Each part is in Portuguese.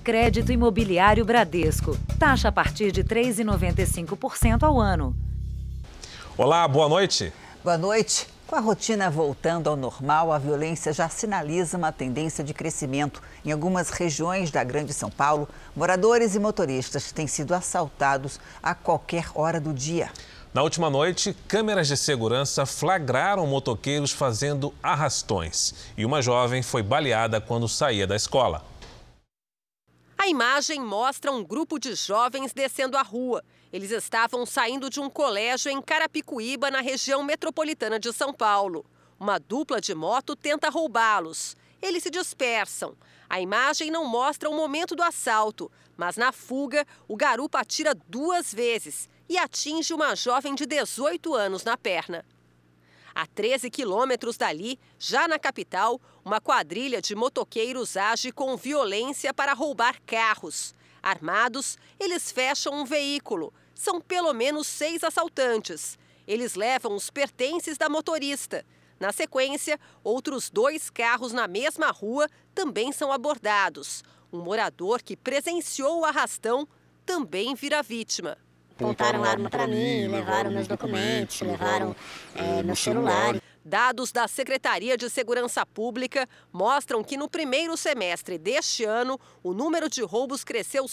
Crédito Imobiliário Bradesco. Taxa a partir de 3,95% ao ano. Olá, boa noite. Boa noite. Com a rotina voltando ao normal, a violência já sinaliza uma tendência de crescimento. Em algumas regiões da Grande São Paulo, moradores e motoristas têm sido assaltados a qualquer hora do dia. Na última noite, câmeras de segurança flagraram motoqueiros fazendo arrastões. E uma jovem foi baleada quando saía da escola. A imagem mostra um grupo de jovens descendo a rua. Eles estavam saindo de um colégio em Carapicuíba, na região metropolitana de São Paulo. Uma dupla de moto tenta roubá-los. Eles se dispersam. A imagem não mostra o momento do assalto, mas na fuga, o garupa atira 2 vezes e atinge uma jovem de 18 anos na perna. A 13 quilômetros dali, já na capital, uma quadrilha de motoqueiros age com violência para roubar carros. Armados, eles fecham um veículo. São pelo menos 6 assaltantes. Eles levam os pertences da motorista. Na sequência, outros 2 carros na mesma rua também são abordados. Um morador que presenciou o arrastão também vira vítima. Apontaram arma para mim, levaram meus documentos, levaram meu celular. Dados da Secretaria de Segurança Pública mostram que no primeiro semestre deste ano, o número de roubos cresceu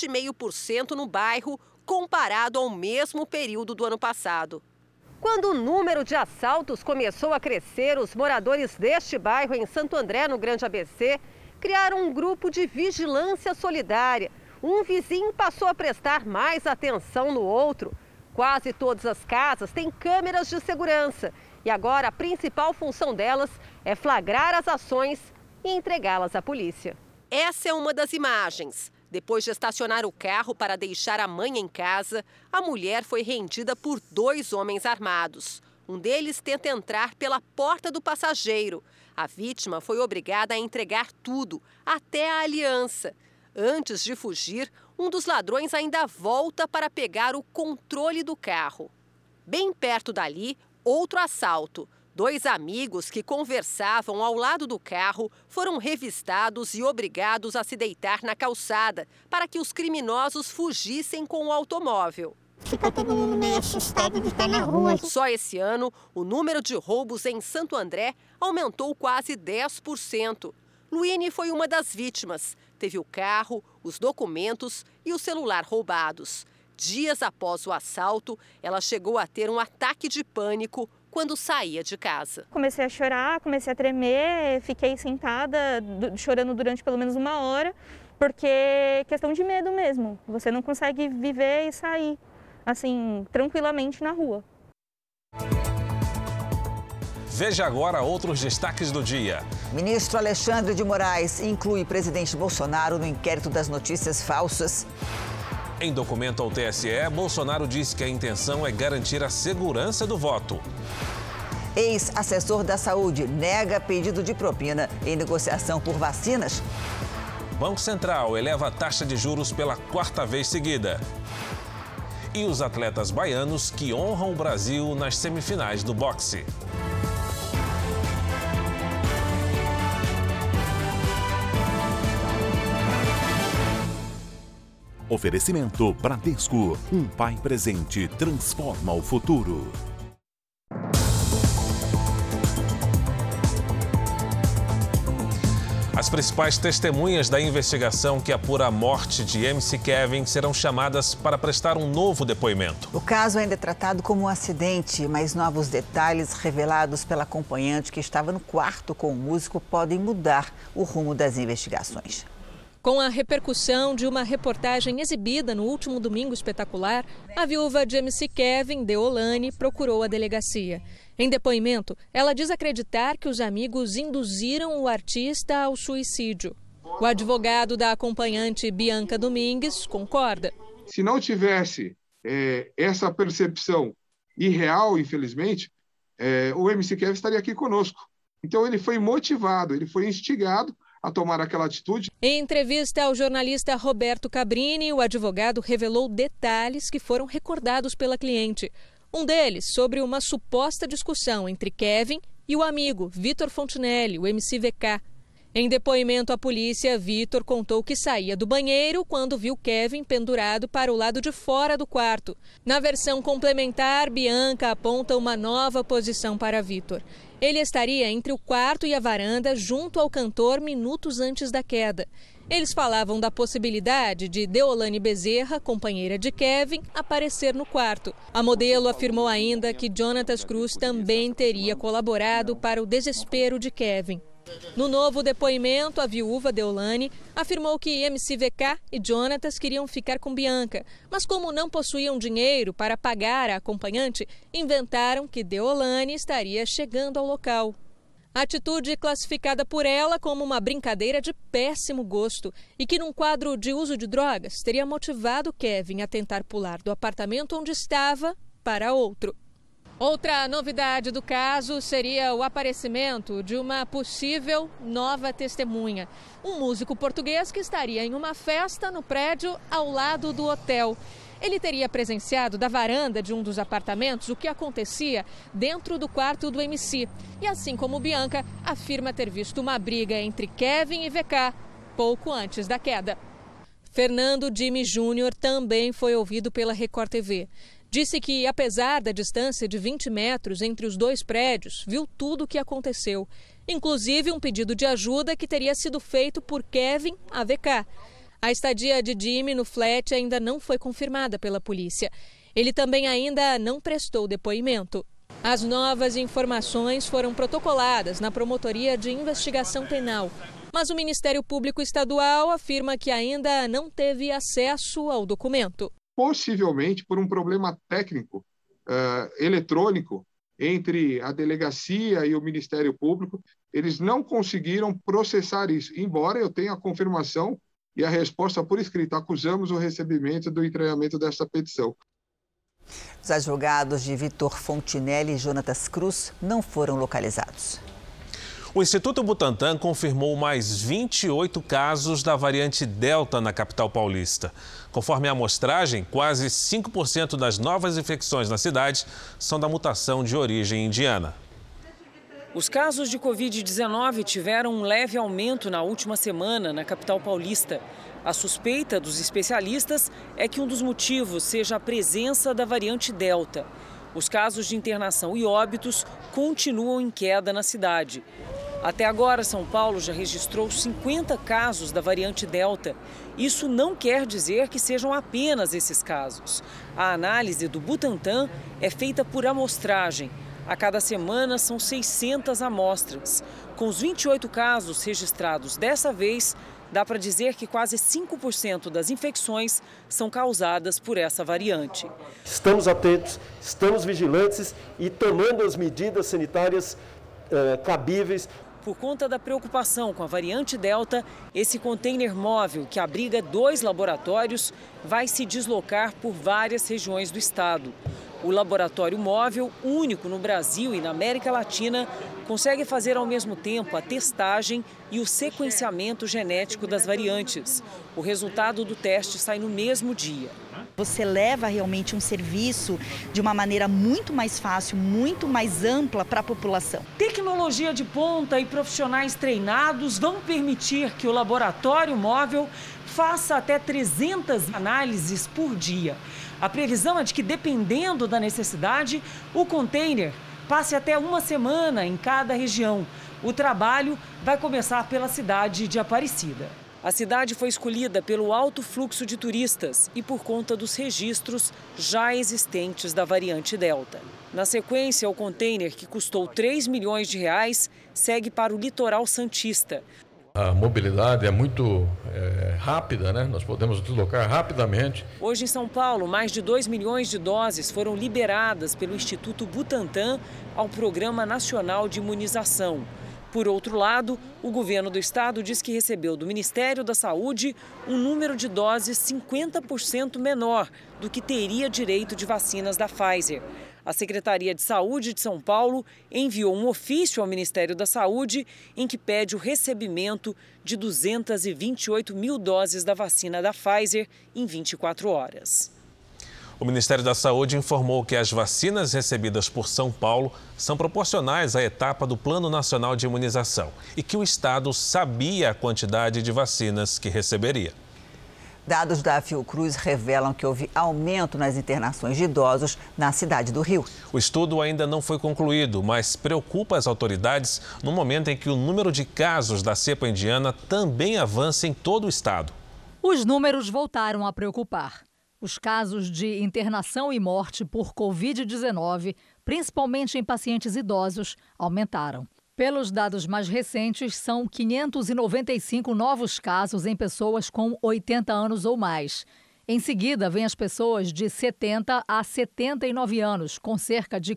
7,5% no bairro, comparado ao mesmo período do ano passado. Quando o número de assaltos começou a crescer, os moradores deste bairro em Santo André, no Grande ABC, criaram um grupo de vigilância solidária. Um vizinho passou a prestar mais atenção no outro. Quase todas as casas têm câmeras de segurança. E agora a principal função delas é flagrar as ações e entregá-las à polícia. Essa é uma das imagens. Depois de estacionar o carro para deixar a mãe em casa, a mulher foi rendida por 2 homens armados. Um deles tenta entrar pela porta do passageiro. A vítima foi obrigada a entregar tudo, até a aliança. Antes de fugir, um dos ladrões ainda volta para pegar o controle do carro. Bem perto dali, outro assalto. 2 amigos que conversavam ao lado do carro foram revistados e obrigados a se deitar na calçada para que os criminosos fugissem com o automóvel. Ficou todo mundo meio assustado de estar na rua. Só esse ano, o número de roubos em Santo André aumentou quase 10%. Luíne foi uma das vítimas. Teve o carro, os documentos e o celular roubados. Dias após o assalto, ela chegou a ter um ataque de pânico quando saía de casa. Comecei a chorar, comecei a tremer, fiquei sentada chorando durante pelo menos 1 hora, porque é questão de medo mesmo. Você não consegue viver e sair assim tranquilamente na rua. Veja agora outros destaques do dia. Ministro Alexandre de Moraes inclui presidente Bolsonaro no inquérito das notícias falsas. Em documento ao TSE, Bolsonaro disse que a intenção é garantir a segurança do voto. Ex-assessor da Saúde nega pedido de propina em negociação por vacinas. Banco Central eleva a taxa de juros pela 4ª vez seguida. E os atletas baianos que honram o Brasil nas semifinais do boxe. Oferecimento Bradesco. Um pai presente transforma o futuro. As principais testemunhas da investigação que apura a morte de MC Kevin serão chamadas para prestar um novo depoimento. O caso ainda é tratado como um acidente, mas novos detalhes revelados pela acompanhante que estava no quarto com o músico podem mudar o rumo das investigações. Com a repercussão de uma reportagem exibida no último Domingo Espetacular, a viúva de MC Kevin, Deolane, procurou a delegacia. Em depoimento, ela diz acreditar que os amigos induziram o artista ao suicídio. O advogado da acompanhante, Bianca Domingues, concorda. Se não tivesse essa percepção irreal, infelizmente, o MC Kevin estaria aqui conosco. Então ele foi motivado, ele foi instigado a tomar aquela atitude. Em entrevista ao jornalista Roberto Cabrini, o advogado revelou detalhes que foram recordados pela cliente. Um deles sobre uma suposta discussão entre Kevin e o amigo Vitor Fontinelli, o MC VK. Em depoimento à polícia, Vitor contou que saía do banheiro quando viu Kevin pendurado para o lado de fora do quarto. Na versão complementar, Bianca aponta uma nova posição para Vitor. Ele estaria entre o quarto e a varanda, junto ao cantor, minutos antes da queda. Eles falavam da possibilidade de Deolane Bezerra, companheira de Kevin, aparecer no quarto. A modelo afirmou ainda que Jonatas Cruz também teria colaborado para o desespero de Kevin. No novo depoimento, a viúva Deolane afirmou que MCVK e Jonatas queriam ficar com Bianca, mas como não possuíam dinheiro para pagar a acompanhante, inventaram que Deolane estaria chegando ao local. A atitude classificada por ela como uma brincadeira de péssimo gosto e que, num quadro de uso de drogas, teria motivado Kevin a tentar pular do apartamento onde estava para outro. Outra novidade do caso seria o aparecimento de uma possível nova testemunha. Um músico português que estaria em uma festa no prédio ao lado do hotel. Ele teria presenciado da varanda de um dos apartamentos o que acontecia dentro do quarto do MC. E assim como Bianca, afirma ter visto uma briga entre Kevin e VK pouco antes da queda. Fernando Jimmy Júnior também foi ouvido pela Record TV. Disse que, apesar da distância de 20 metros entre os dois prédios, viu tudo o que aconteceu. Inclusive um pedido de ajuda que teria sido feito por Kevin a VK. A estadia de Jimmy no flat ainda não foi confirmada pela polícia. Ele também ainda não prestou depoimento. As novas informações foram protocoladas na Promotoria de Investigação Penal. Mas o Ministério Público Estadual afirma que ainda não teve acesso ao documento. Possivelmente por um problema técnico eletrônico entre a delegacia e o Ministério Público, eles não conseguiram processar isso, embora eu tenha a confirmação e a resposta por escrito. Acusamos o recebimento do entranhamento desta petição. Os advogados de Vitor Fontinelli e Jonatas Cruz não foram localizados. O Instituto Butantan confirmou mais 28 casos da variante Delta na capital paulista. Conforme a amostragem, quase 5% das novas infecções na cidade são da mutação de origem indiana. Os casos de Covid-19 tiveram um leve aumento na última semana na capital paulista. A suspeita dos especialistas é que um dos motivos seja a presença da variante Delta. Os casos de internação e óbitos continuam em queda na cidade. Até agora, São Paulo já registrou 50 casos da variante Delta. Isso não quer dizer que sejam apenas esses casos. A análise do Butantan é feita por amostragem. A cada semana são 600 amostras. Com os 28 casos registrados dessa vez, dá para dizer que quase 5% das infecções são causadas por essa variante. Estamos atentos, estamos vigilantes e tomando as medidas sanitárias cabíveis. Por conta da preocupação com a variante Delta, esse container móvel, que abriga 2 laboratórios, vai se deslocar por várias regiões do estado. O laboratório móvel, único no Brasil e na América Latina, consegue fazer ao mesmo tempo a testagem e o sequenciamento genético das variantes. O resultado do teste sai no mesmo dia. Você leva realmente um serviço de uma maneira muito mais fácil, muito mais ampla para a população. Tecnologia de ponta e profissionais treinados vão permitir que o laboratório móvel faça até 300 análises por dia. A previsão é de que, dependendo da necessidade, o container passe até uma semana em cada região. O trabalho vai começar pela cidade de Aparecida. A cidade foi escolhida pelo alto fluxo de turistas e por conta dos registros já existentes da variante Delta. Na sequência, o container, que custou 3 milhões de reais, segue para o litoral santista. A mobilidade é muito rápida, né? Nós podemos deslocar rapidamente. Hoje em São Paulo, mais de 2 milhões de doses foram liberadas pelo Instituto Butantan ao Programa Nacional de Imunização. Por outro lado, o governo do estado diz que recebeu do Ministério da Saúde um número de doses 50% menor do que teria direito de vacinas da Pfizer. A Secretaria de Saúde de São Paulo enviou um ofício ao Ministério da Saúde em que pede o recebimento de 228 mil doses da vacina da Pfizer em 24 horas. O Ministério da Saúde informou que as vacinas recebidas por São Paulo são proporcionais à etapa do Plano Nacional de Imunização e que o estado sabia a quantidade de vacinas que receberia. Dados da Fiocruz revelam que houve aumento nas internações de idosos na cidade do Rio. O estudo ainda não foi concluído, mas preocupa as autoridades no momento em que o número de casos da cepa indiana também avança em todo o estado. Os números voltaram a preocupar. Os casos de internação e morte por Covid-19, principalmente em pacientes idosos, aumentaram. Pelos dados mais recentes, são 595 novos casos em pessoas com 80 anos ou mais. Em seguida, vêm as pessoas de 70 a 79 anos, com cerca de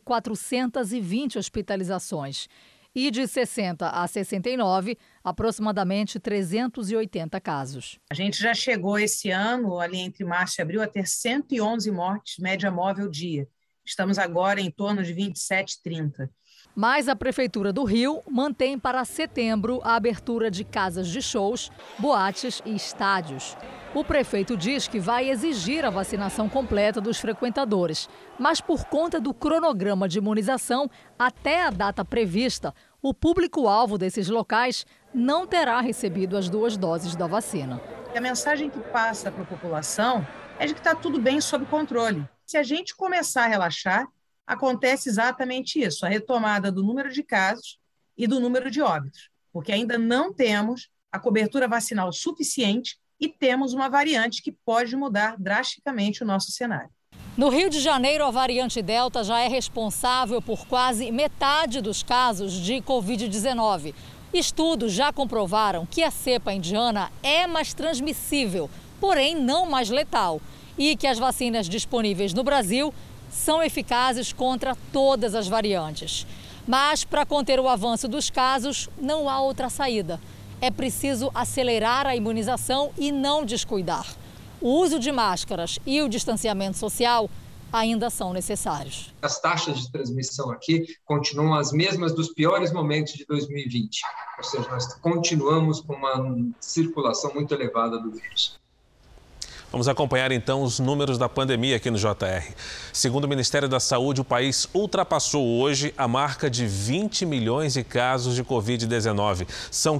420 hospitalizações. E de 60 a 69, aproximadamente 380 casos. A gente já chegou esse ano, ali entre março e abril, a ter 111 mortes, média móvel dia. Estamos agora em torno de 27, 30. Mas a Prefeitura do Rio mantém para setembro a abertura de casas de shows, boates e estádios. O prefeito diz que vai exigir a vacinação completa dos frequentadores, mas por conta do cronograma de imunização, até a data prevista, o público-alvo desses locais não terá recebido as 2 doses da vacina. A mensagem que passa para a população é de que está tudo bem sob controle. Se a gente começar a relaxar, acontece exatamente isso, a retomada do número de casos e do número de óbitos, porque ainda não temos a cobertura vacinal suficiente e temos uma variante que pode mudar drasticamente o nosso cenário. No Rio de Janeiro, a variante Delta já é responsável por quase metade dos casos de Covid-19. Estudos já comprovaram que a cepa indiana é mais transmissível, porém não mais letal, e que as vacinas disponíveis no Brasil são eficazes contra todas as variantes. Mas, para conter o avanço dos casos, não há outra saída. É preciso acelerar a imunização e não descuidar. O uso de máscaras e o distanciamento social ainda são necessários. As taxas de transmissão aqui continuam as mesmas dos piores momentos de 2020. Ou seja, nós continuamos com uma circulação muito elevada do vírus. Vamos acompanhar então os números da pandemia aqui no JR. Segundo o Ministério da Saúde, o país ultrapassou hoje a marca de 20 milhões de casos de Covid-19. São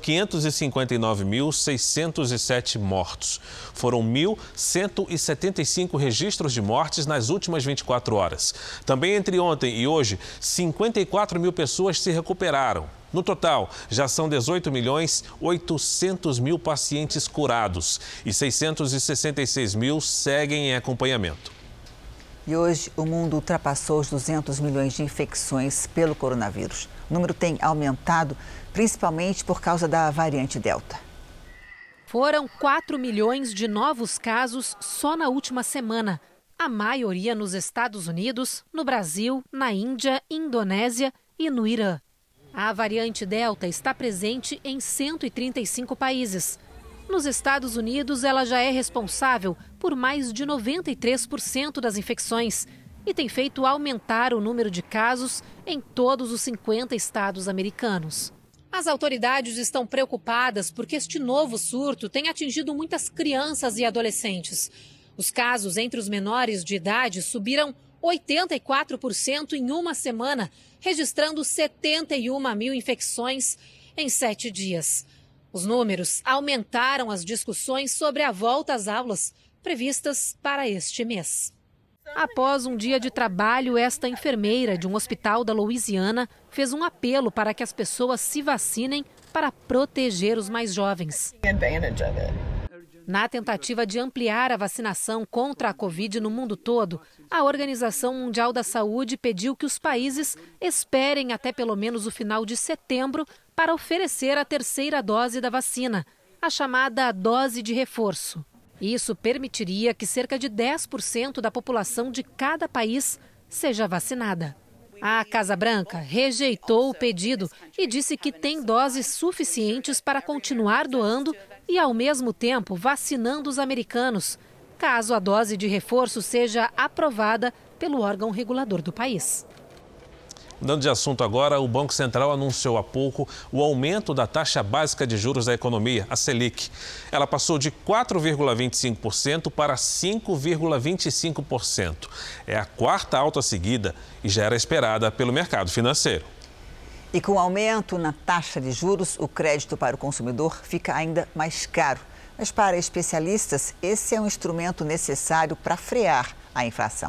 559.607 mortos. Foram 1.175 registros de mortes nas últimas 24 horas. Também entre ontem e hoje, 54 mil pessoas se recuperaram. No total, já são 18.800.000 pacientes curados e 666 mil seguem em acompanhamento. E hoje o mundo ultrapassou os 200 milhões de infecções pelo coronavírus. O número tem aumentado, principalmente por causa da variante Delta. Foram 4 milhões de novos casos só na última semana. A maioria nos Estados Unidos, no Brasil, na Índia, Indonésia e no Irã. A variante Delta está presente em 135 países. Nos Estados Unidos, ela já é responsável por mais de 93% das infecções e tem feito aumentar o número de casos em todos os 50 estados americanos. As autoridades estão preocupadas porque este novo surto tem atingido muitas crianças e adolescentes. Os casos entre os menores de idade subiram 84% em uma semana, registrando 71 mil infecções em 7 dias. Os números aumentaram as discussões sobre a volta às aulas, previstas para este mês. Após um dia de trabalho, esta enfermeira de um hospital da Louisiana fez um apelo para que as pessoas se vacinem para proteger os mais jovens. Na tentativa de ampliar a vacinação contra a Covid no mundo todo, a Organização Mundial da Saúde pediu que os países esperem até pelo menos o final de setembro para oferecer a terceira dose da vacina, a chamada dose de reforço. Isso permitiria que cerca de 10% da população de cada país seja vacinada. A Casa Branca rejeitou o pedido e disse que tem doses suficientes para continuar doando e, ao mesmo tempo, vacinando os americanos, caso a dose de reforço seja aprovada pelo órgão regulador do país. Mudando de assunto agora, o Banco Central anunciou há pouco o aumento da taxa básica de juros da economia, a Selic. Ela passou de 4,25% para 5,25%. É a quarta alta seguida e já era esperada pelo mercado financeiro. E com o aumento na taxa de juros, o crédito para o consumidor fica ainda mais caro. Mas para especialistas, esse é um instrumento necessário para frear a inflação.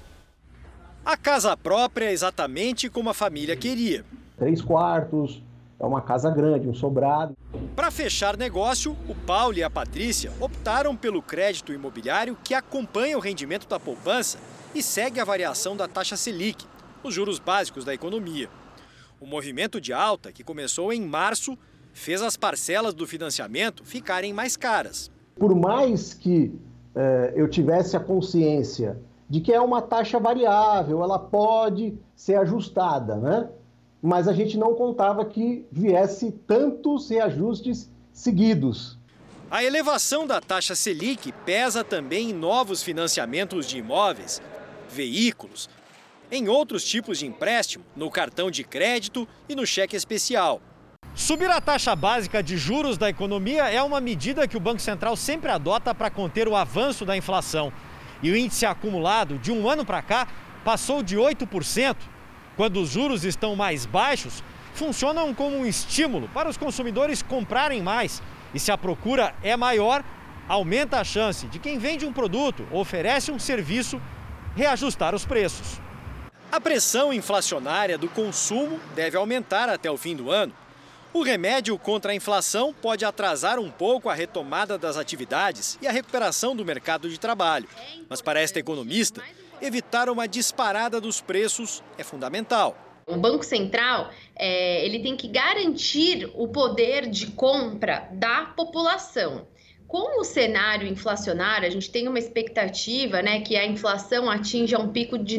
A casa própria é exatamente como a família queria. 3 quartos, é uma casa grande, um sobrado. Para fechar negócio, o Paulo e a Patrícia optaram pelo crédito imobiliário que acompanha o rendimento da poupança e segue a variação da taxa Selic, os juros básicos da economia. O movimento de alta, que começou em março, fez as parcelas do financiamento ficarem mais caras. Por mais que eu tivesse a consciência de que é uma taxa variável, ela pode ser ajustada, né? Mas a gente não contava que viesse tantos reajustes seguidos. A elevação da taxa Selic pesa também em novos financiamentos de imóveis, veículos, em outros tipos de empréstimo, no cartão de crédito e no cheque especial. Subir a taxa básica de juros da economia é uma medida que o Banco Central sempre adota para conter o avanço da inflação. E o índice acumulado de um ano para cá passou de 8%. Quando os juros estão mais baixos, funcionam como um estímulo para os consumidores comprarem mais. E se a procura é maior, aumenta a chance de quem vende um produto ou oferece um serviço reajustar os preços. A pressão inflacionária do consumo deve aumentar até o fim do ano. O remédio contra a inflação pode atrasar um pouco a retomada das atividades e a recuperação do mercado de trabalho. Mas para esta economista, evitar uma disparada dos preços é fundamental. O Banco Central ele tem que garantir o poder de compra da população. Com o cenário inflacionário, a gente tem uma expectativa, que a inflação atinja um pico de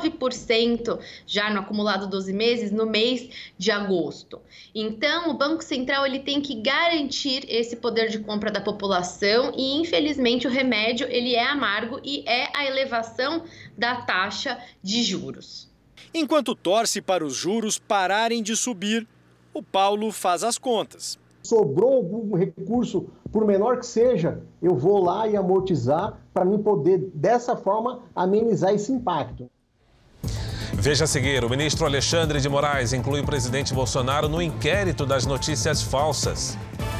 9% já no acumulado 12 meses, no mês de agosto. Então, o Banco Central ele tem que garantir esse poder de compra da população e, infelizmente, o remédio ele é amargo e é a elevação da taxa de juros. Enquanto torce para os juros pararem de subir, o Paulo faz as contas. Sobrou algum recurso, por menor que seja, eu vou lá e amortizar para mim poder, dessa forma, amenizar esse impacto. Veja a seguir, o ministro Alexandre de Moraes inclui o presidente Bolsonaro no inquérito das notícias falsas.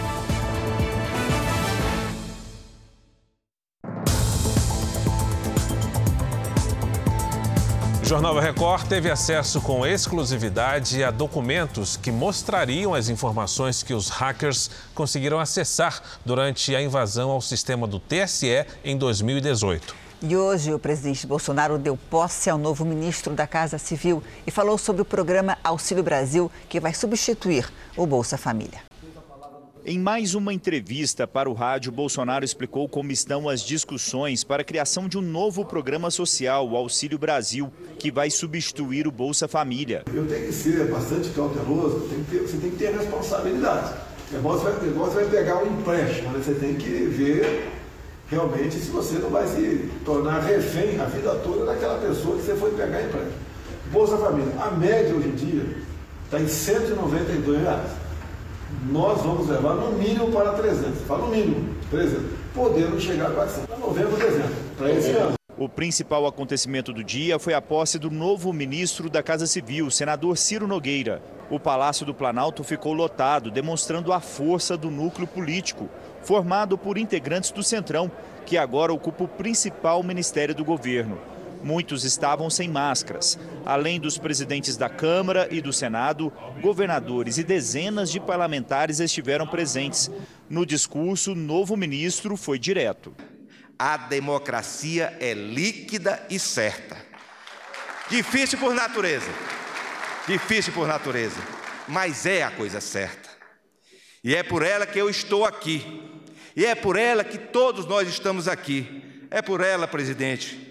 O Jornal da Record teve acesso com exclusividade a documentos que mostrariam as informações que os hackers conseguiram acessar durante a invasão ao sistema do TSE em 2018. E hoje o presidente Bolsonaro deu posse ao novo ministro da Casa Civil e falou sobre o programa Auxílio Brasil, que vai substituir o Bolsa Família. Em mais uma entrevista para o rádio, Bolsonaro explicou como estão as discussões para a criação de um novo programa social, o Auxílio Brasil, que vai substituir o Bolsa Família. Eu tenho que ser bastante cauteloso, você tem que ter responsabilidade. O negócio vai pegar um empréstimo, você tem que ver realmente se você não vai se tornar refém a vida toda daquela pessoa que você foi pegar empréstimo. Bolsa Família, a média hoje em dia está em R$ 192. Nós vamos levar no mínimo para 300, fala no mínimo, 300, podendo chegar a 400, novembro, dezembro, para esse ano. O principal acontecimento do dia foi a posse do novo ministro da Casa Civil, senador Ciro Nogueira. O Palácio do Planalto ficou lotado, demonstrando a força do núcleo político, formado por integrantes do Centrão, que agora ocupa o principal ministério do governo. Muitos estavam sem máscaras. Além dos presidentes da Câmara e do Senado, governadores e dezenas de parlamentares estiveram presentes. No discurso, o novo ministro foi direto. A democracia é líquida e certa. Difícil por natureza. Difícil por natureza. Mas é a coisa certa. E é por ela que eu estou aqui. E é por ela que todos nós estamos aqui. É por ela, presidente.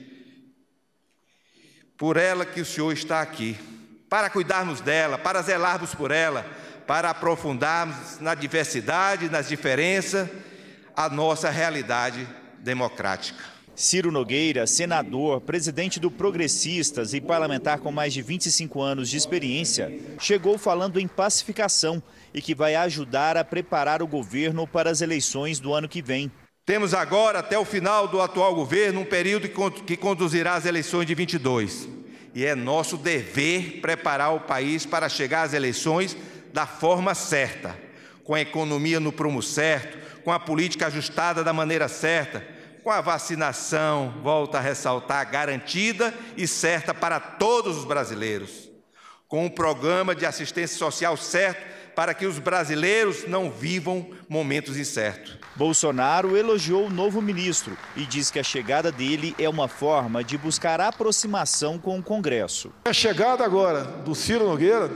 Por ela que o senhor está aqui, para cuidarmos dela, para zelarmos por ela, para aprofundarmos na diversidade, nas diferenças, a nossa realidade democrática. Ciro Nogueira, senador, presidente do Progressistas e parlamentar com mais de 25 anos de experiência, chegou falando em pacificação e que vai ajudar a preparar o governo para as eleições do ano que vem. Temos agora, até o final do atual governo, um período que conduzirá às eleições de 22. E é nosso dever preparar o país para chegar às eleições da forma certa, com a economia no prumo certo, com a política ajustada da maneira certa, com a vacinação, volto a ressaltar, garantida e certa para todos os brasileiros, com um programa de assistência social certo para que os brasileiros não vivam momentos incertos. Bolsonaro elogiou o novo ministro e diz que a chegada dele é uma forma de buscar aproximação com o Congresso. A chegada agora do Ciro Nogueira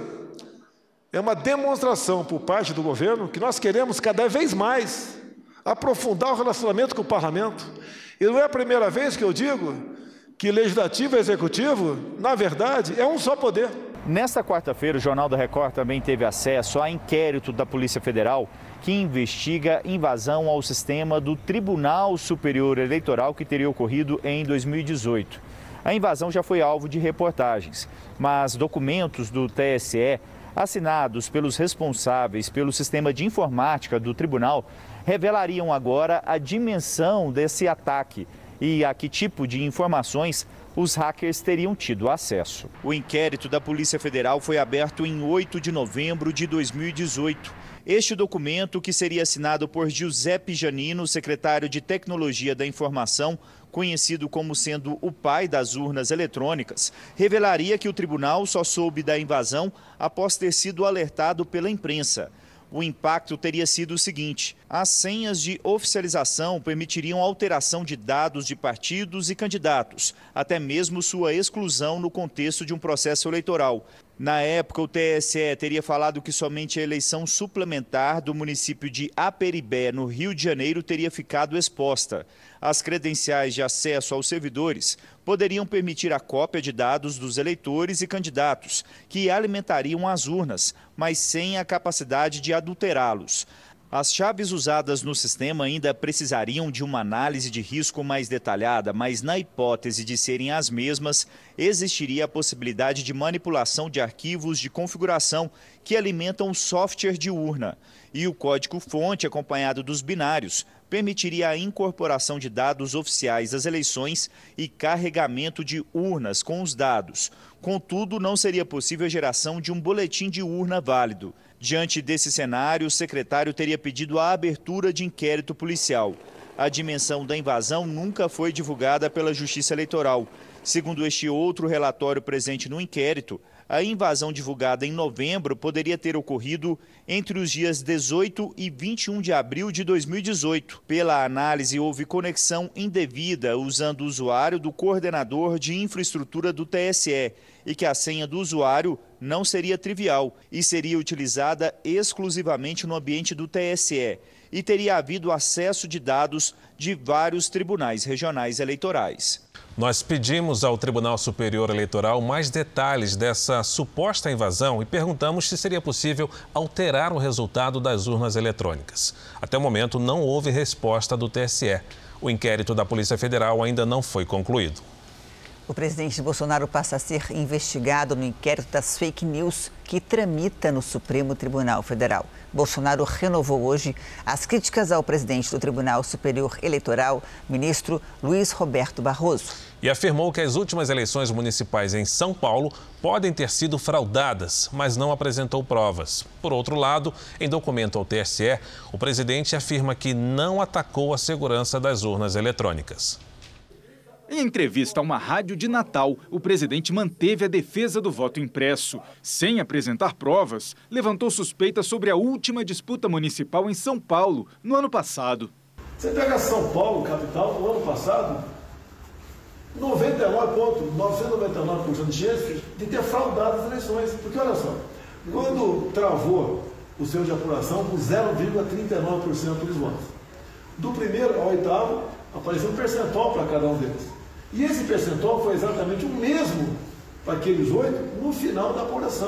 é uma demonstração por parte do governo que nós queremos cada vez mais aprofundar o relacionamento com o parlamento. E não é a primeira vez que eu digo que legislativo e executivo, na verdade, é um só poder. Nesta quarta-feira, o Jornal da Record também teve acesso a inquérito da Polícia Federal que investiga invasão ao sistema do Tribunal Superior Eleitoral que teria ocorrido em 2018. A invasão já foi alvo de reportagens, mas documentos do TSE, assinados pelos responsáveis pelo sistema de informática do tribunal, revelariam agora a dimensão desse ataque e a que tipo de informações os hackers teriam tido acesso. O inquérito da Polícia Federal foi aberto em 8 de novembro de 2018. Este documento, que seria assinado por Giuseppe Janino, secretário de Tecnologia da Informação, conhecido como sendo o pai das urnas eletrônicas, revelaria que o tribunal só soube da invasão após ter sido alertado pela imprensa. O impacto teria sido o seguinte: as senhas de oficialização permitiriam alteração de dados de partidos e candidatos, até mesmo sua exclusão no contexto de um processo eleitoral. Na época, o TSE teria falado que somente a eleição suplementar do município de Aperibé, no Rio de Janeiro, teria ficado exposta. As credenciais de acesso aos servidores poderiam permitir a cópia de dados dos eleitores e candidatos, que alimentariam as urnas, mas sem a capacidade de adulterá-los. As chaves usadas no sistema ainda precisariam de uma análise de risco mais detalhada, mas na hipótese de serem as mesmas, existiria a possibilidade de manipulação de arquivos de configuração que alimentam o software de urna. E o código-fonte, acompanhado dos binários, permitiria a incorporação de dados oficiais das eleições e carregamento de urnas com os dados. Contudo, não seria possível a geração de um boletim de urna válido. Diante desse cenário, o secretário teria pedido a abertura de inquérito policial. A dimensão da invasão nunca foi divulgada pela Justiça Eleitoral. Segundo este outro relatório presente no inquérito, a invasão divulgada em novembro poderia ter ocorrido entre os dias 18 e 21 de abril de 2018. Pela análise, houve conexão indevida usando o usuário do coordenador de infraestrutura do TSE e que a senha do usuário não seria trivial e seria utilizada exclusivamente no ambiente do TSE e teria havido acesso de dados de vários tribunais regionais eleitorais. Nós pedimos ao Tribunal Superior Eleitoral mais detalhes dessa suposta invasão e perguntamos se seria possível alterar o resultado das urnas eletrônicas. Até o momento, não houve resposta do TSE. O inquérito da Polícia Federal ainda não foi concluído. O presidente Bolsonaro passa a ser investigado no inquérito das fake news que tramita no Supremo Tribunal Federal. Bolsonaro renovou hoje as críticas ao presidente do Tribunal Superior Eleitoral, ministro Luiz Roberto Barroso. E afirmou que as últimas eleições municipais em São Paulo podem ter sido fraudadas, mas não apresentou provas. Por outro lado, em documento ao TSE, o presidente afirma que não atacou a segurança das urnas eletrônicas. Em entrevista a uma rádio de Natal, o presidente manteve a defesa do voto impresso. Sem apresentar provas, levantou suspeitas sobre a última disputa municipal em São Paulo, no ano passado. Você pega São Paulo, capital, no ano passado, 99,999% de chance de ter fraudado as eleições. Porque, olha só, quando travou o seu de apuração com 0,39% dos votos, do primeiro ao oitavo, apareceu um percentual para cada um deles. E esse percentual foi exatamente o mesmo para aqueles 8 no final da apuração.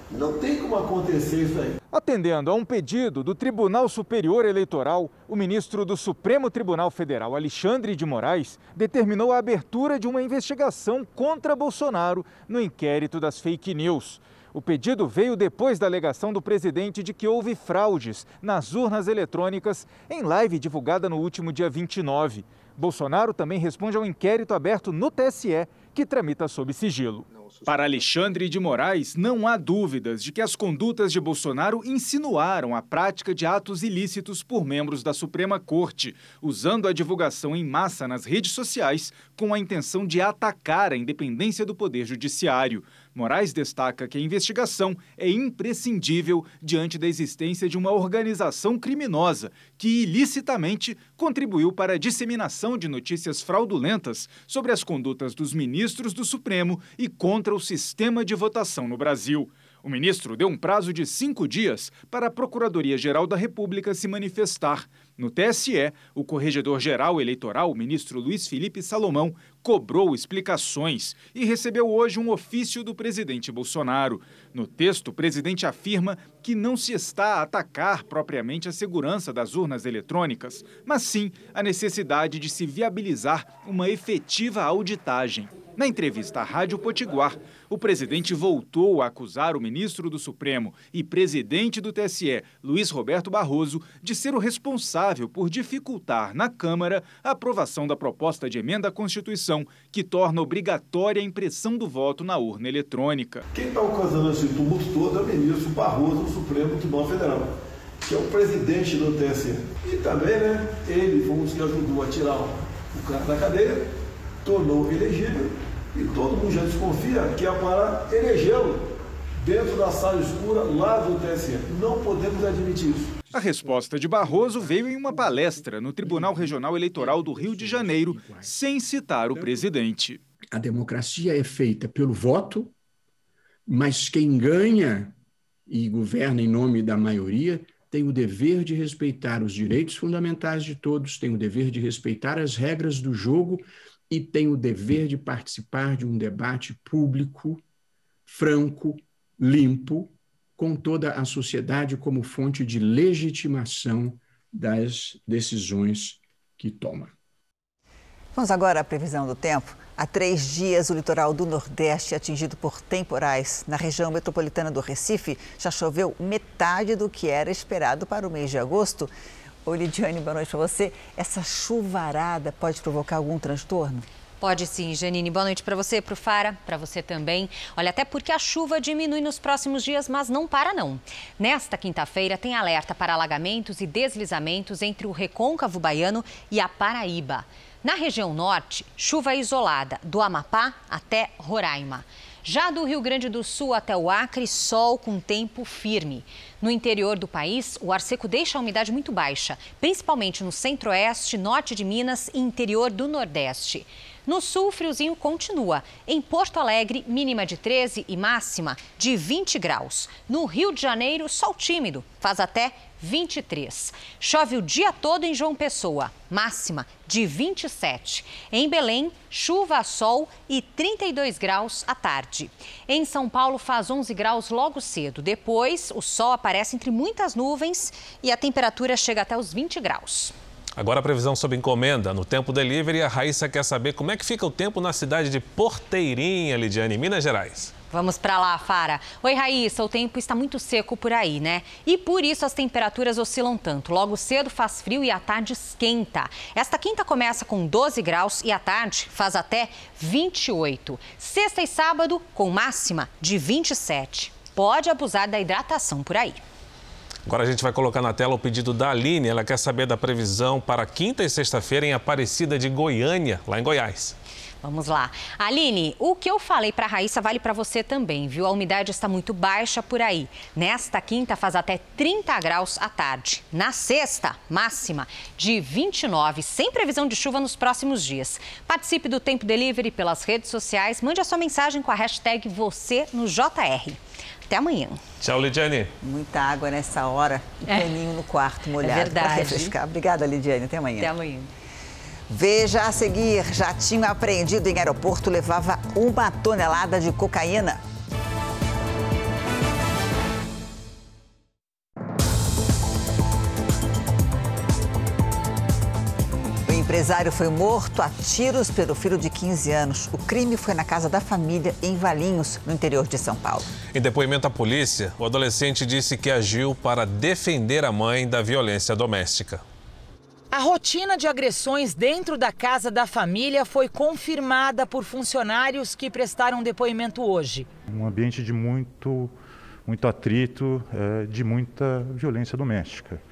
Não tem como acontecer isso aí. Atendendo a um pedido do Tribunal Superior Eleitoral, o ministro do Supremo Tribunal Federal, Alexandre de Moraes, determinou a abertura de uma investigação contra Bolsonaro no inquérito das fake news. O pedido veio depois da alegação do presidente de que houve fraudes nas urnas eletrônicas em live divulgada no último dia 29. Bolsonaro também responde ao inquérito aberto no TSE, que tramita sob sigilo. Para Alexandre de Moraes, não há dúvidas de que as condutas de Bolsonaro insinuaram a prática de atos ilícitos por membros da Suprema Corte, usando a divulgação em massa nas redes sociais com a intenção de atacar a independência do Poder Judiciário. Moraes destaca que a investigação é imprescindível diante da existência de uma organização criminosa que ilicitamente contribuiu para a disseminação de notícias fraudulentas sobre as condutas dos ministros do Supremo e contra o sistema de votação no Brasil. O ministro deu um prazo de 5 dias para a Procuradoria-Geral da República se manifestar. No TSE, o corregedor-geral eleitoral, o ministro Luiz Felipe Salomão, cobrou explicações e recebeu hoje um ofício do presidente Bolsonaro. No texto, o presidente afirma que não se está a atacar propriamente a segurança das urnas eletrônicas, mas sim a necessidade de se viabilizar uma efetiva auditagem. Na entrevista à Rádio Potiguar, o presidente voltou a acusar o ministro do Supremo e presidente do TSE, Luiz Roberto Barroso, de ser o responsável por dificultar na Câmara a aprovação da proposta de emenda à Constituição que torna obrigatória a impressão do voto na urna eletrônica. Quem está ocasionando esse tumulto todo é o ministro Barroso do Supremo Tribunal Federal, que é o presidente do TSE. E também, ele foi um que ajudou a tirar o cara da cadeia, tornou elegível, e todo mundo já desconfia que é para elegê-lo dentro da sala escura lá do TSE. Não podemos admitir isso. A resposta de Barroso veio em uma palestra no Tribunal Regional Eleitoral do Rio de Janeiro, sem citar o presidente. A democracia é feita pelo voto, mas quem ganha e governa em nome da maioria tem o dever de respeitar os direitos fundamentais de todos, tem o dever de respeitar as regras do jogo e tem o dever de participar de um debate público, franco, limpo, com toda a sociedade como fonte de legitimação das decisões que toma. Vamos agora à previsão do tempo. Há 3 dias, o litoral do Nordeste é atingido por temporais. Na região metropolitana do Recife, já choveu metade do que era esperado para o mês de agosto. Oi, Lidiane, boa noite para você. Essa chuvarada pode provocar algum transtorno? Pode sim, Janine. Boa noite para você, para o Fara, para você também. Olha, até porque a chuva diminui nos próximos dias, mas não para não. Nesta quinta-feira tem alerta para alagamentos e deslizamentos entre o Recôncavo Baiano e a Paraíba. Na região norte, chuva isolada, do Amapá até Roraima. Já do Rio Grande do Sul até o Acre, sol com tempo firme. No interior do país, o ar seco deixa a umidade muito baixa, principalmente no centro-oeste, norte de Minas e interior do Nordeste. No sul, o friozinho continua. Em Porto Alegre, mínima de 13 e máxima de 20 graus. No Rio de Janeiro, sol tímido, faz até 23. Chove o dia todo em João Pessoa, máxima de 27. Em Belém, chuva a sol e 32 graus à tarde. Em São Paulo, faz 11 graus logo cedo. Depois, o sol aparece entre muitas nuvens e a temperatura chega até os 20 graus. Agora a previsão sob encomenda. No Tempo Delivery, a Raíssa quer saber como é que fica o tempo na cidade de Porteirinha, Lidiane, em Minas Gerais. Vamos para lá, Fara. Oi, Raíssa, o tempo está muito seco por aí, né? E por isso as temperaturas oscilam tanto. Logo cedo faz frio e à tarde esquenta. Esta quinta começa com 12 graus e à tarde faz até 28. Sexta e sábado com máxima de 27. Pode abusar da hidratação por aí. Agora a gente vai colocar na tela o pedido da Aline. Ela quer saber da previsão para quinta e sexta-feira em Aparecida de Goiânia, lá em Goiás. Vamos lá. Aline, o que eu falei para a Raíssa vale para você também, viu? A umidade está muito baixa por aí. Nesta quinta faz até 30 graus à tarde. Na sexta, máxima de 29, sem previsão de chuva nos próximos dias. Participe do Tempo Delivery pelas redes sociais. Mande a sua mensagem com a hashtag #VocêNoJR. Até amanhã. Tchau, Lidiane. Muita água nessa hora, um paninho no quarto molhado. É verdade. Para refrescar. Obrigada, Lidiane. Até amanhã. Até amanhã. Veja a seguir, jatinho apreendido em aeroporto levava 1 tonelada de cocaína. empresário foi morto a tiros pelo filho de 15 anos. O crime foi na casa da família, em Valinhos, no interior de São Paulo. Em depoimento à polícia, o adolescente disse que agiu para defender a mãe da violência doméstica. A rotina de agressões dentro da casa da família foi confirmada por funcionários que prestaram depoimento hoje. Um ambiente de muito atrito, de muita violência doméstica.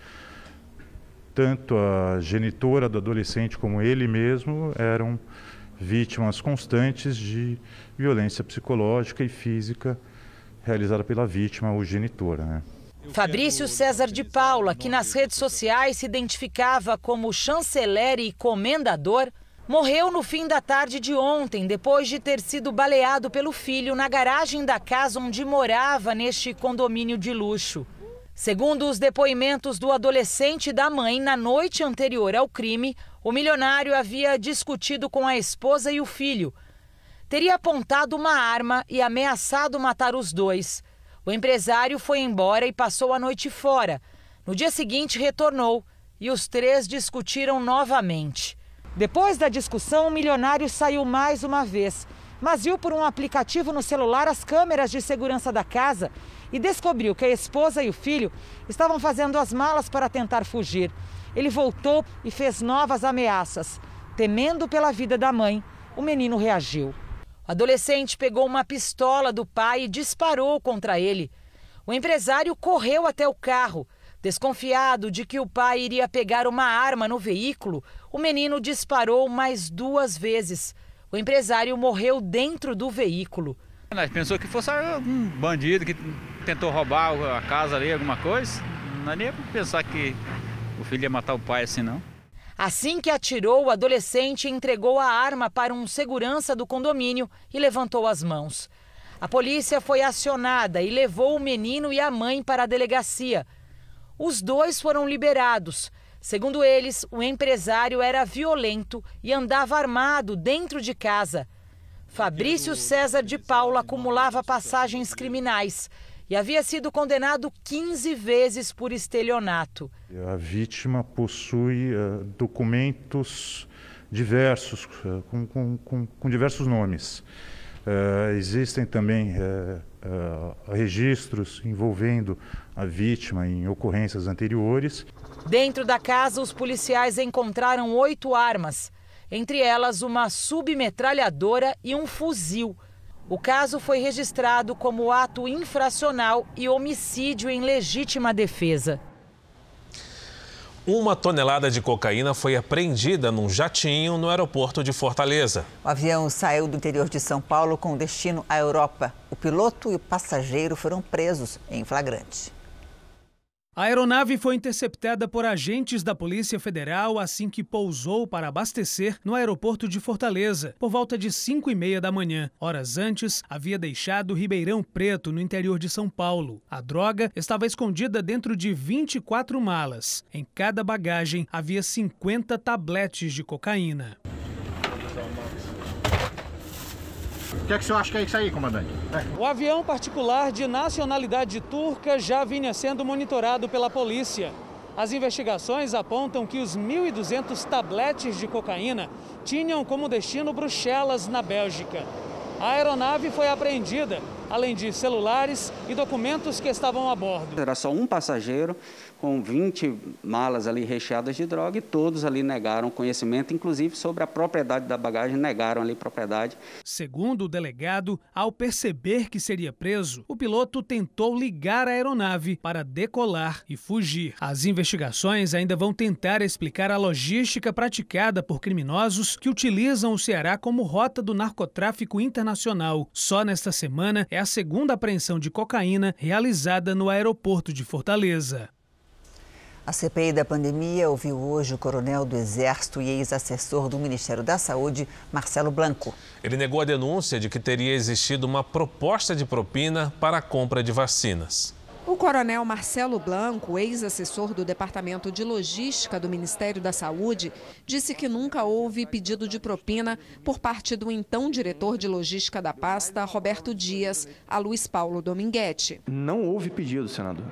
Tanto a genitora do adolescente como ele mesmo eram vítimas constantes de violência psicológica e física realizada pela vítima ou genitora, né? Fabrício César de Paula, que nas redes sociais se identificava como chanceler e comendador, morreu no fim da tarde de ontem, depois de ter sido baleado pelo filho na garagem da casa onde morava neste condomínio de luxo. Segundo os depoimentos do adolescente e da mãe, na noite anterior ao crime, o milionário havia discutido com a esposa e o filho. Teria apontado uma arma e ameaçado matar os dois. O empresário foi embora e passou a noite fora. No dia seguinte, retornou e os três discutiram novamente. Depois da discussão, o milionário saiu mais uma vez, mas viu por um aplicativo no celular as câmeras de segurança da casa e descobriu que a esposa e o filho estavam fazendo as malas para tentar fugir. Ele voltou e fez novas ameaças. Temendo pela vida da mãe, o menino reagiu. O adolescente pegou uma pistola do pai e disparou contra ele. O empresário correu até o carro. Desconfiado de que o pai iria pegar uma arma no veículo, o menino disparou mais 2 vezes. O empresário morreu dentro do veículo. Nós pensou que fosse um bandido que tentou roubar a casa ali, alguma coisa. Não nem ia pensar que o filho ia matar o pai assim, não. Assim que atirou, o adolescente entregou a arma para um segurança do condomínio e levantou as mãos. A polícia foi acionada e levou o menino e a mãe para a delegacia. Os dois foram liberados. Segundo eles, o empresário era violento e andava armado dentro de casa. Fabrício César de Paula acumulava passagens criminais e havia sido condenado 15 vezes por estelionato. A vítima possui documentos diversos, com diversos nomes. Existem também registros envolvendo a vítima em ocorrências anteriores. Dentro da casa, os policiais encontraram 8 armas, entre elas uma submetralhadora e um fuzil. O caso foi registrado como ato infracional e homicídio em legítima defesa. 1 tonelada de cocaína foi apreendida num jatinho no aeroporto de Fortaleza. O avião saiu do interior de São Paulo com destino à Europa. O piloto e o passageiro foram presos em flagrante. A aeronave foi interceptada por agentes da Polícia Federal assim que pousou para abastecer no aeroporto de Fortaleza, por volta de 5h30 da manhã. Horas antes, havia deixado Ribeirão Preto, no interior de São Paulo. A droga estava escondida dentro de 24 malas. Em cada bagagem, havia 50 tabletes de cocaína. O que é que o senhor acha que é isso aí, comandante? O avião particular de nacionalidade turca já vinha sendo monitorado pela polícia. As investigações apontam que os 1.200 tabletes de cocaína tinham como destino Bruxelas, na Bélgica. A aeronave foi apreendida, além de celulares e documentos que estavam a bordo. Era só um passageiro com 20 malas ali recheadas de droga e todos ali negaram conhecimento, inclusive sobre a propriedade da bagagem, negaram ali propriedade. Segundo o delegado, ao perceber que seria preso, o piloto tentou ligar a aeronave para decolar e fugir. As investigações ainda vão tentar explicar a logística praticada por criminosos que utilizam o Ceará como rota do narcotráfico internacional. Só nesta semana é a segunda apreensão de cocaína realizada no aeroporto de Fortaleza. A CPI da pandemia ouviu hoje o coronel do Exército e ex-assessor do Ministério da Saúde, Marcelo Blanco. Ele negou a denúncia de que teria existido uma proposta de propina para a compra de vacinas. O coronel Marcelo Blanco, ex-assessor do Departamento de Logística do Ministério da Saúde, disse que nunca houve pedido de propina por parte do então diretor de logística da pasta, Roberto Dias, a Luiz Paulo Dominguete. Não houve pedido, senador.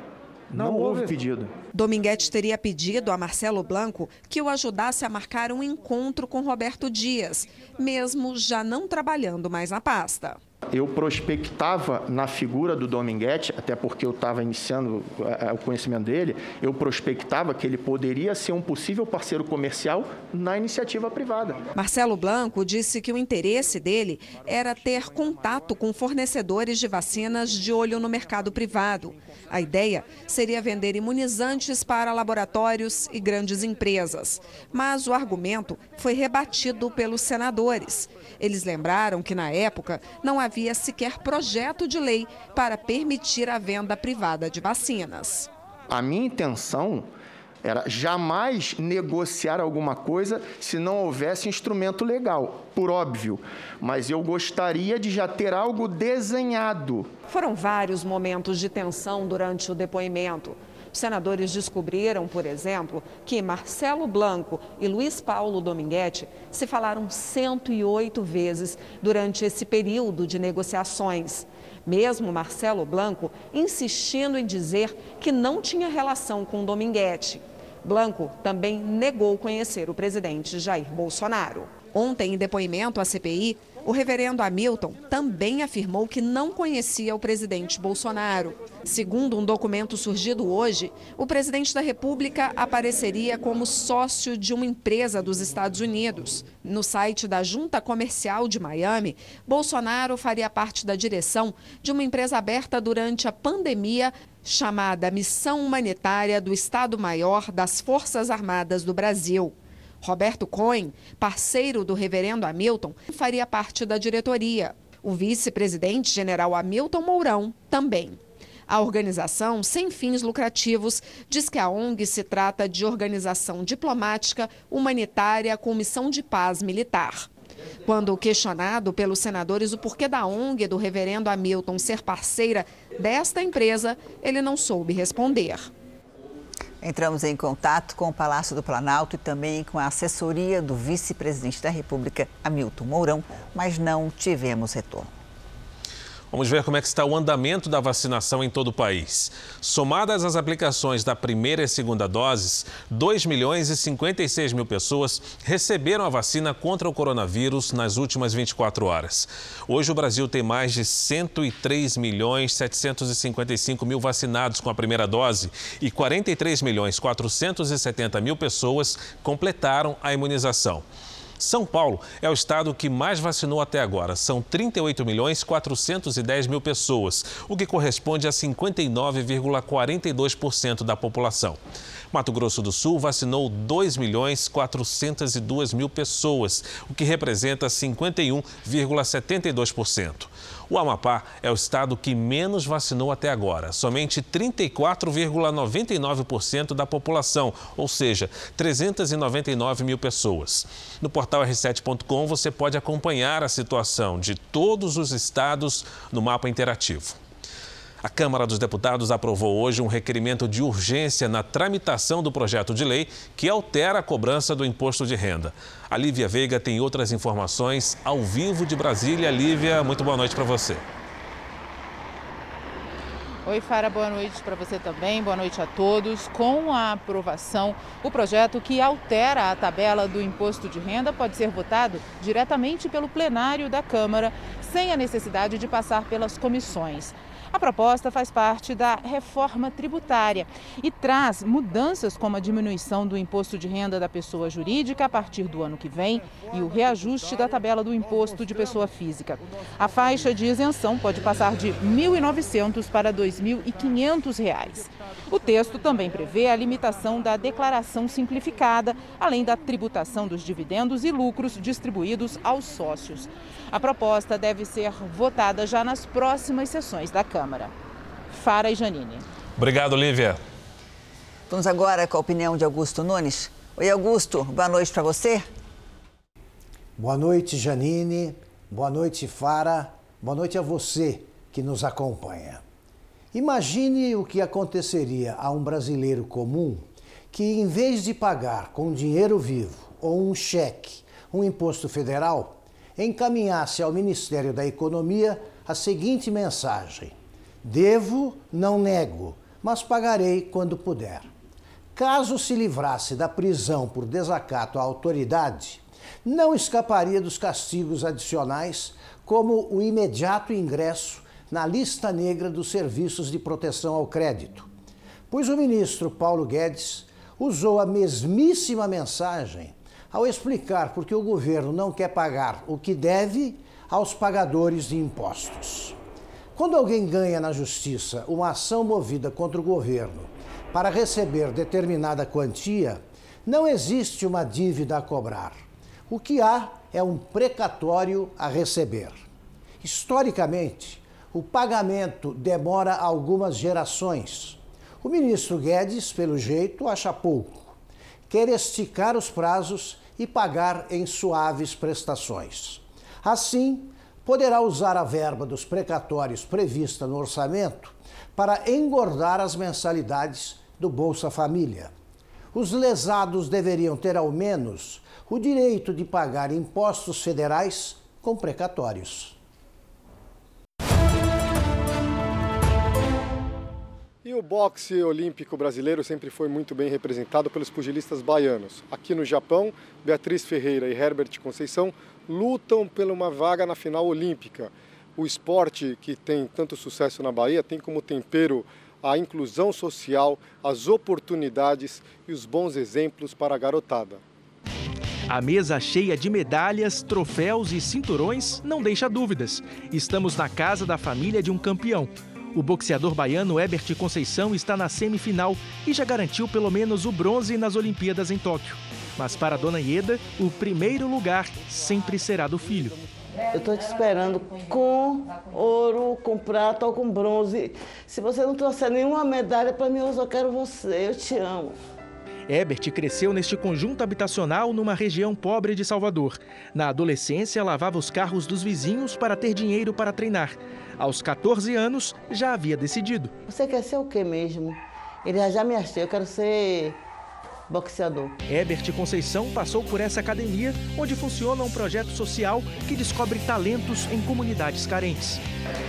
Não houve pedido. Dominguete teria pedido a Marcelo Blanco que o ajudasse a marcar um encontro com Roberto Dias, mesmo já não trabalhando mais na pasta. Eu prospectava na figura do Dominguete, até porque eu estava iniciando o conhecimento dele, eu prospectava que ele poderia ser um possível parceiro comercial na iniciativa privada. Marcelo Blanco disse que o interesse dele era ter contato com fornecedores de vacinas de olho no mercado privado. A ideia seria vender imunizantes para laboratórios e grandes empresas. Mas o argumento foi rebatido pelos senadores. Eles lembraram que, na época, não havia sequer projeto de lei para permitir a venda privada de vacinas. A minha intenção era jamais negociar alguma coisa se não houvesse instrumento legal, por óbvio. Mas eu gostaria de já ter algo desenhado. Foram vários momentos de tensão durante o depoimento. Os senadores descobriram, por exemplo, que Marcelo Blanco e Luiz Paulo Dominguete se falaram 108 vezes durante esse período de negociações. Mesmo Marcelo Blanco insistindo em dizer que não tinha relação com Dominguete. Blanco também negou conhecer o presidente Jair Bolsonaro. Ontem, em depoimento à CPI, o reverendo Hamilton também afirmou que não conhecia o presidente Bolsonaro. Segundo um documento surgido hoje, o presidente da República apareceria como sócio de uma empresa dos Estados Unidos. No site da Junta Comercial de Miami, Bolsonaro faria parte da direção de uma empresa aberta durante a pandemia chamada Missão Humanitária do Estado-Maior das Forças Armadas do Brasil. Roberto Cohen, parceiro do reverendo Hamilton, faria parte da diretoria. O vice-presidente general Hamilton Mourão também. A organização, sem fins lucrativos, diz que a ONG se trata de organização diplomática humanitária com missão de paz militar. Quando questionado pelos senadores o porquê da ONG do reverendo Hamilton ser parceira desta empresa, ele não soube responder. Entramos em contato com o Palácio do Planalto e também com a assessoria do vice-presidente da República, Hamilton Mourão, mas não tivemos retorno. Vamos ver como é que está o andamento da vacinação em todo o país. Somadas as aplicações da primeira e segunda doses, 2.056.000 pessoas receberam a vacina contra o coronavírus nas últimas 24 horas. Hoje o Brasil tem mais de 103.755.000 vacinados com a primeira dose e 43.470.000 pessoas completaram a imunização. São Paulo é o estado que mais vacinou até agora. São 38.410.000 pessoas, o que corresponde a 59,42% da população. Mato Grosso do Sul vacinou 2.402.000 pessoas, o que representa 51,72%. O Amapá é o estado que menos vacinou até agora, somente 34,99% da população, ou seja, 399.000 pessoas. No portal r7.com você pode acompanhar a situação de todos os estados no mapa interativo. A Câmara dos Deputados aprovou hoje um requerimento de urgência na tramitação do projeto de lei que altera a cobrança do imposto de renda. A Lívia Veiga tem outras informações ao vivo de Brasília. Lívia, muito boa noite para você. Oi, Fara, boa noite para você também, boa noite a todos. Com a aprovação, o projeto que altera a tabela do imposto de renda pode ser votado diretamente pelo plenário da Câmara, sem a necessidade de passar pelas comissões. A proposta faz parte da reforma tributária e traz mudanças como a diminuição do imposto de renda da pessoa jurídica a partir do ano que vem e o reajuste da tabela do imposto de pessoa física. A faixa de isenção pode passar de R$ 1.900 para R$ 2.500. O texto também prevê a limitação da declaração simplificada, além da tributação dos dividendos e lucros distribuídos aos sócios. A proposta deve ser votada já nas próximas sessões da Câmara. Fara e Janine. Obrigado, Lívia. Vamos agora com a opinião de Augusto Nunes. Oi, Augusto, boa noite para você. Boa noite, Janine. Boa noite, Fara. Boa noite a você que nos acompanha. Imagine o que aconteceria a um brasileiro comum que, em vez de pagar com dinheiro vivo ou um cheque, um imposto federal, encaminhasse ao Ministério da Economia a seguinte mensagem: devo, não nego, mas pagarei quando puder. Caso se livrasse da prisão por desacato à autoridade, não escaparia dos castigos adicionais, como o imediato ingresso na lista negra dos serviços de proteção ao crédito. Pois o ministro Paulo Guedes usou a mesmíssima mensagem ao explicar por que o governo não quer pagar o que deve aos pagadores de impostos. Quando alguém ganha na justiça uma ação movida contra o governo para receber determinada quantia, não existe uma dívida a cobrar. O que há é um precatório a receber. Historicamente, o pagamento demora algumas gerações. O ministro Guedes, pelo jeito, acha pouco. Quer esticar os prazos e pagar em suaves prestações. Assim, poderá usar a verba dos precatórios prevista no orçamento para engordar as mensalidades do Bolsa Família. Os lesados deveriam ter, ao menos, o direito de pagar impostos federais com precatórios. E o boxe olímpico brasileiro sempre foi muito bem representado pelos pugilistas baianos. Aqui no Japão, Beatriz Ferreira e Herbert Conceição lutam por uma vaga na final olímpica. O esporte que tem tanto sucesso na Bahia tem como tempero a inclusão social, as oportunidades e os bons exemplos para a garotada. A mesa cheia de medalhas, troféus e cinturões não deixa dúvidas. Estamos na casa da família de um campeão. O boxeador baiano Herbert Conceição está na semifinal e já garantiu pelo menos o bronze nas Olimpíadas em Tóquio. Mas para a dona Ieda, o primeiro lugar sempre será do filho. Eu estou te esperando com ouro, com prata ou com bronze. Se você não trouxer nenhuma medalha para mim, eu só quero você. Eu te amo. Herbert cresceu neste conjunto habitacional numa região pobre de Salvador. Na adolescência, lavava os carros dos vizinhos para ter dinheiro para treinar. Aos 14 anos, já havia decidido. Você quer ser o quê mesmo? Ele já me achei, eu quero ser boxeador. Herbert Conceição passou por essa academia, onde funciona um projeto social que descobre talentos em comunidades carentes.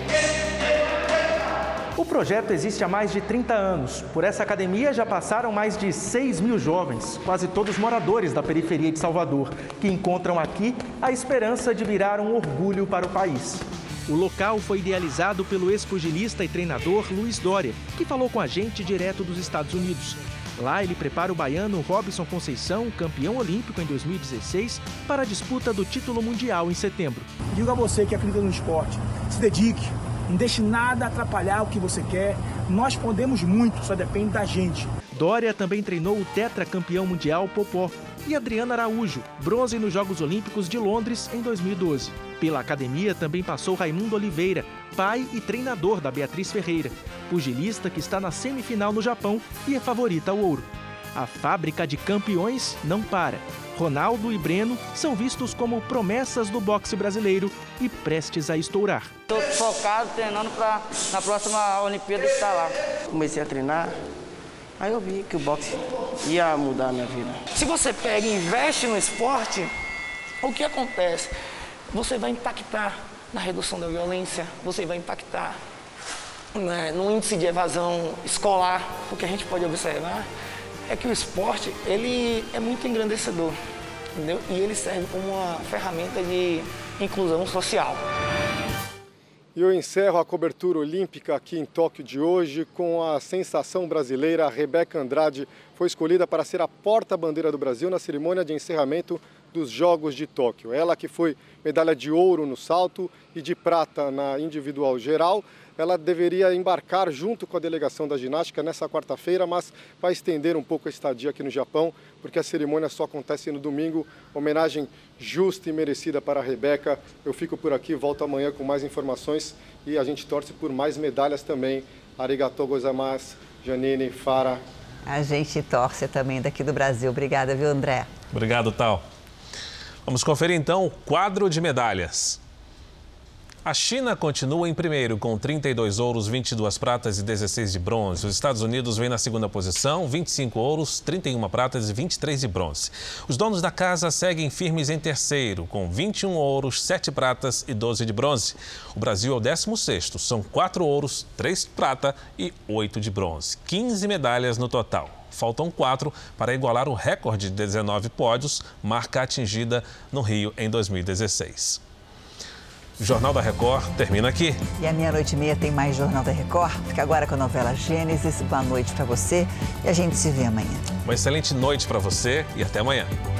O projeto existe há mais de 30 anos. Por essa academia já passaram mais de 6 mil jovens, quase todos moradores da periferia de Salvador, que encontram aqui a esperança de virar um orgulho para o país. O local foi idealizado pelo ex-pugilista e treinador Luiz Dória, que falou com a gente direto dos Estados Unidos. Lá ele prepara o baiano Robson Conceição, campeão olímpico em 2016, para a disputa do título mundial em setembro. Digo a você que acredita no esporte, se dedique, não deixe nada atrapalhar o que você quer. Nós podemos muito, só depende da gente. Dória também treinou o tetracampeão mundial Popó e Adriana Araújo, bronze nos Jogos Olímpicos de Londres em 2012. Pela academia também passou Raimundo Oliveira, pai e treinador da Beatriz Ferreira, pugilista que está na semifinal no Japão e é favorita ao ouro. A fábrica de campeões não para. Ronaldo e Breno são vistos como promessas do boxe brasileiro e prestes a estourar. Estou focado, treinando para na próxima Olimpíada estar lá. Comecei a treinar, aí eu vi que o boxe ia mudar a minha vida. Se você pega e investe no esporte, o que acontece? Você vai impactar na redução da violência, você vai impactar no índice de evasão escolar. O que a gente pode observar é que o esporte ele é muito engrandecedor, entendeu? E ele serve como uma ferramenta de inclusão social. E eu encerro a cobertura olímpica aqui em Tóquio de hoje com a sensação brasileira. A Rebeca Andrade foi escolhida para ser a porta-bandeira do Brasil na cerimônia de encerramento dos Jogos de Tóquio. Ela que foi medalha de ouro no salto e de prata na individual geral. Ela deveria embarcar junto com a delegação da ginástica nessa quarta-feira, mas vai estender um pouco a estadia aqui no Japão, porque a cerimônia só acontece no domingo. Homenagem justa e merecida para a Rebeca. Eu fico por aqui, volto amanhã com mais informações e a gente torce por mais medalhas também. Arigatou gozaimasu, Janine, Fara. A gente torce também daqui do Brasil. Obrigada, viu, André? Obrigado, Tal. Vamos conferir então o quadro de medalhas. A China continua em primeiro, com 32 ouros, 22 pratas e 16 de bronze. Os Estados Unidos vêm na segunda posição, 25 ouros, 31 pratas e 23 de bronze. Os donos da casa seguem firmes em terceiro, com 21 ouros, 7 pratas e 12 de bronze. O Brasil é o 16º, são 4 ouros, 3 prata e 8 de bronze. 15 medalhas no total. Faltam 4 para igualar o recorde de 19 pódios, marca atingida no Rio em 2016. O Jornal da Record termina aqui. E à meia-noite e meia tem mais Jornal da Record. Fica agora com a novela Gênesis. Boa noite para você e a gente se vê amanhã. Uma excelente noite para você e até amanhã.